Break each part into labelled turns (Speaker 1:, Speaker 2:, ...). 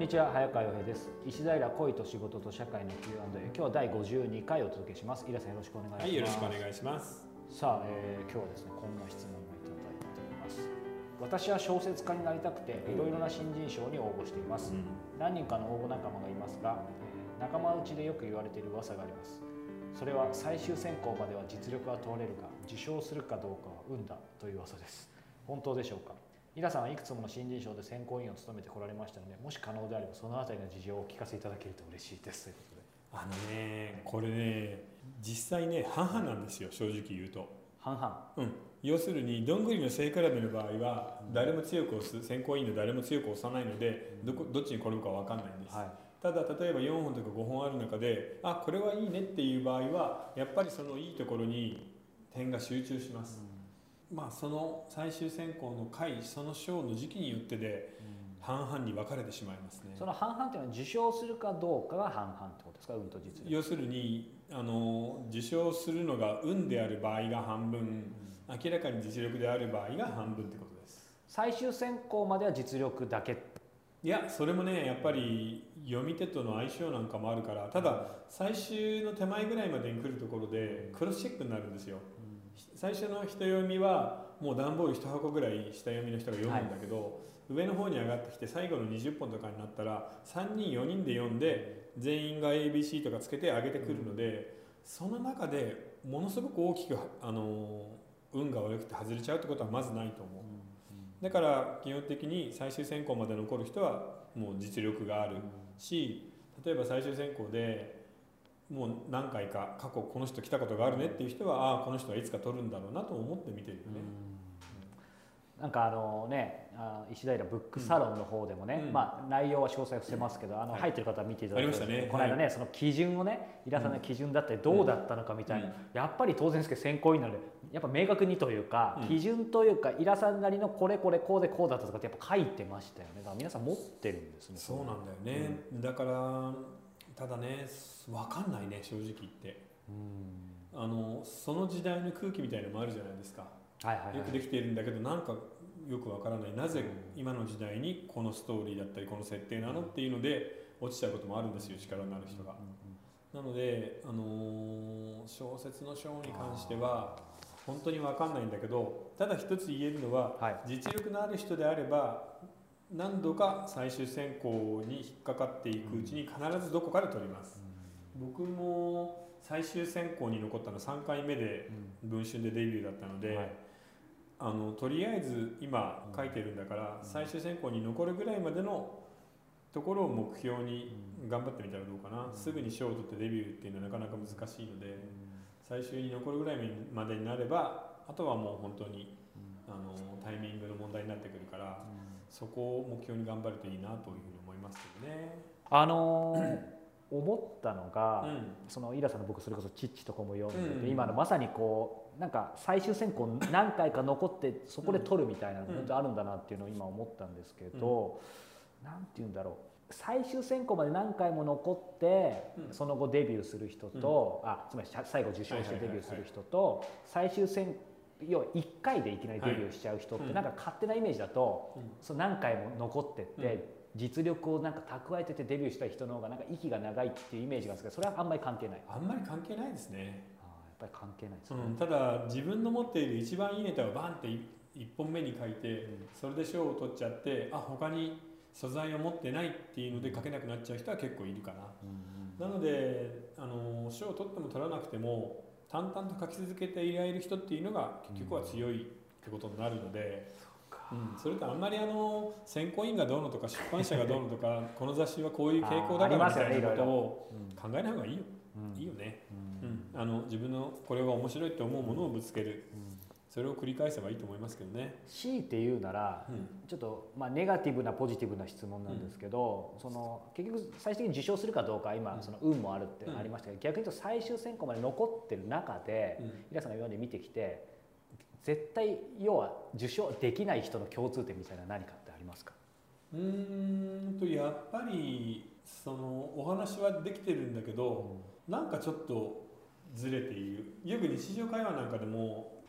Speaker 1: にちは、早川洋平です。石平恋と仕事と社会の Q&A、今日は第52回お届けします。イラさんよろしくお願いします。
Speaker 2: はい、よろしくお願いします。
Speaker 1: さあ、今日はですね、こんな質問がいただいています。私は小説家になりたくていろいろな新人賞に応募しています。何人かの応募仲間がいますが、仲間内でよく言われている噂があります。それは最終選考までは実力が問われるが、受賞するかどうかは運だという噂です。本当でしょうか。イラさんはいくつもの新人賞で選考委員を務めてこられましたので、もし可能であればそのあたりの事情をお聞かせいただけると嬉しいですということで。
Speaker 2: これね、実際ね、半々なんですよ、正直言うと。
Speaker 1: 半々。
Speaker 2: 要するにどんぐりの背比べの場合は誰も強く押す、選考委員の誰も強く押さないので、どっちに転ぶか分かんないんです。ただ例えば4本とか5本ある中で、あ、これはいいねっていう場合はやっぱりそのいいところに点が集中します。まあその最終選考の回、その賞の時期によってで半々に分かれてしまいますね。
Speaker 1: その半々っていうのは受賞するかどうかが半々ってことですか、運と実力。
Speaker 2: 要するに受賞するのが運である場合が半分、明らかに実力である場合が半分ってことです。
Speaker 1: 最終選考までは実力だけ。
Speaker 2: いや、それもね、やっぱり読み手との相性なんかもあるから、ただ最終の手前ぐらいまでに来るところでクロスチェックになるんですよ。最初の人読みはもう段ボール1箱ぐらい下読みの人が読むんだけど、上の方に上がってきて最後の20本とかになったら3人4人で読んで全員が ABC とかつけて上げてくるので、その中でものすごく大きく運が悪くて外れちゃうってことはまずないと思う。だから基本的に最終選考まで残る人はもう実力があるし、例えば最終選考でもう何回か過去この人来たことがあるねっていう人は、ああこの人はいつか取るんだろうなと思って見てるよね。
Speaker 1: なんか石平ブックサロンの方でもね、まあ内容は詳細伏せますけど、入ってる方は見ていただいて、この間ね、その基準をね、イラさんの基準だってどうだったのかみたいな、やっぱり当然ですけど選考委員なのでやっぱ明確にというか、基準というかイラさんなりのこれこれこうでこうだったとかってやっぱ書いてましたよね。だから皆さん持ってるんですね。
Speaker 2: そうなんだよね。だからただね、分かんないね、正直言って。その時代の空気みたいなのもあるじゃないですか。よくできているんだけど、なんかよくわからない、なぜ今の時代にこのストーリーだったりこの設定なのっていうので落ちちゃうこともあるんですよ、力のある人が。なので、小説の賞に関しては本当にわかんないんだけど、ただ一つ言えるのは、実力のある人であれば何度か最終選考に引っかかっていくうちに必ずどこかで取ります。僕も最終選考に残ったの3回目で文春でデビューだったので、とりあえず今書いてるんだから最終選考に残るぐらいまでのところを目標に頑張ってみたらどうかな。すぐに賞を取ってデビューっていうのはなかなか難しいので、最終に残るぐらいまでになれば、あとはもう本当にタイミングの問題になってくるから、そこを目標に頑張るといいなというふうに思いますけどね。
Speaker 1: 思ったのが、そのイラさんの僕それこそチッチとかも読んでて、今のまさにこうなんか最終選考何回か残ってそこで取るみたいなのが本当あるんだなっていうのを今思ったんですけど、なんて言うんだろう、最終選考まで何回も残ってその後デビューする人と、つまり最後受賞してデビューする人と、最終選要は1回でいきなりデビューしちゃう人って、なんか勝手なイメージだと、その何回も残ってって実力をなんか蓄えててデビューした人の方がなんか息が長いっていうイメージがあるんですけど、それはあんまり関係ない。
Speaker 2: あんまり関係ないですね。
Speaker 1: やっぱり関係ないですね。
Speaker 2: ただ自分の持っている一番いいネタをバンって1本目に書いて、それで賞を取っちゃって、他に素材を持ってないっていうので書けなくなっちゃう人は結構いるかな。なので賞を取っても取らなくても淡々と書き続けていられる人っていうのが結局は強いってことになるので、それとあんまり選考委員がどうのとか出版社がどうのとかこの雑誌はこういう傾向だからみたいなことを考えない方がいいよ。いいよね。自分のこれが面白いって思うものをぶつける、それを繰り返せばいいと思いますけどね。
Speaker 1: 強いて言うなら、ちょっとネガティブなポジティブな質問なんですけど、その結局最終的に受賞するかどうか、今その運もあるってありましたけど、逆に言うと最終選考まで残ってる中で、イラさんが今まで見てきて絶対要は受賞できない人の共通点みたいな何かってありますか？
Speaker 2: やっぱりそのお話はできてるんだけど、なんかちょっとずれている。よく日常会話なんかでも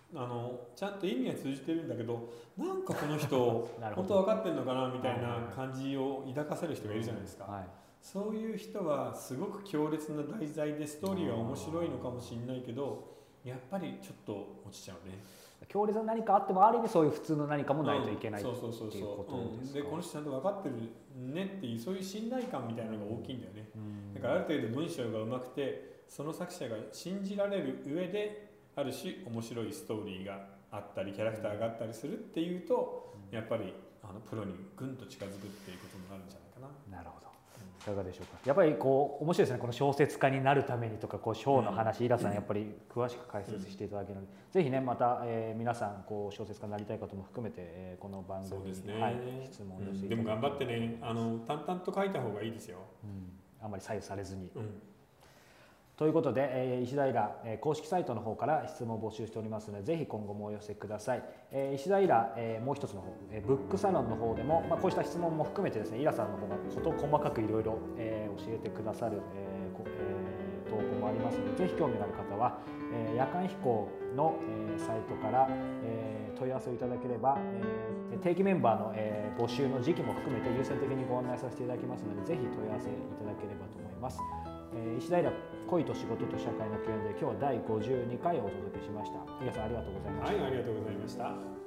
Speaker 2: ちゃんと意味は通じてるんだけど、なんかこの人本当分かってるのかなみたいな感じを抱かせる人がいるじゃないですか、はい、そういう人はすごく強烈な題材でストーリーは面白いのかもしれないけど、やっぱりちょっと落ちちゃうね。
Speaker 1: 強烈な何かあってもある意味そういう普通の何かもないといけないっていうことですか。
Speaker 2: でこの人ちゃんと分かってるねっていうそういう信頼感みたいなのが大きいんだよね、だからある程度文章がうまくてその作者が信じられる上である種面白いストーリーがあったりキャラクターがあったりするっていうと、やっぱりプロにぐんと近づくっていうことになるんじゃないかな。
Speaker 1: なるほど。いかがでしょうか。やっぱりこう面白いですね。この小説家になるためにとかこう章の話、イラさんやっぱり詳しく解説していただけるので、ぜひねまた、皆さんこう小説家になりたい方も含めて、この番組に、質問を寄せていただいて、
Speaker 2: でも頑張ってね、淡々と書いた方がいいですよ。
Speaker 1: あんまり左右されずに。ということで、石平公式サイトの方から質問を募集しておりますので、ぜひ今後もお寄せください。石平もう一つの方、ブックサロンの方でも、こうした質問も含めてですね、イラさんの方が事細かくいろいろ教えてくださる投稿もありますので、ぜひ興味がある方は夜間飛行のサイトから問い合わせをいただければ、定期メンバーの募集の時期も含めて優先的にご案内させていただきますので、ぜひ問い合わせいただければと思います。石平恋と仕事と社会の Q&A、今日は第52回をお届けしました。皆さんありがとうございました。
Speaker 2: はい、ありがとうございました。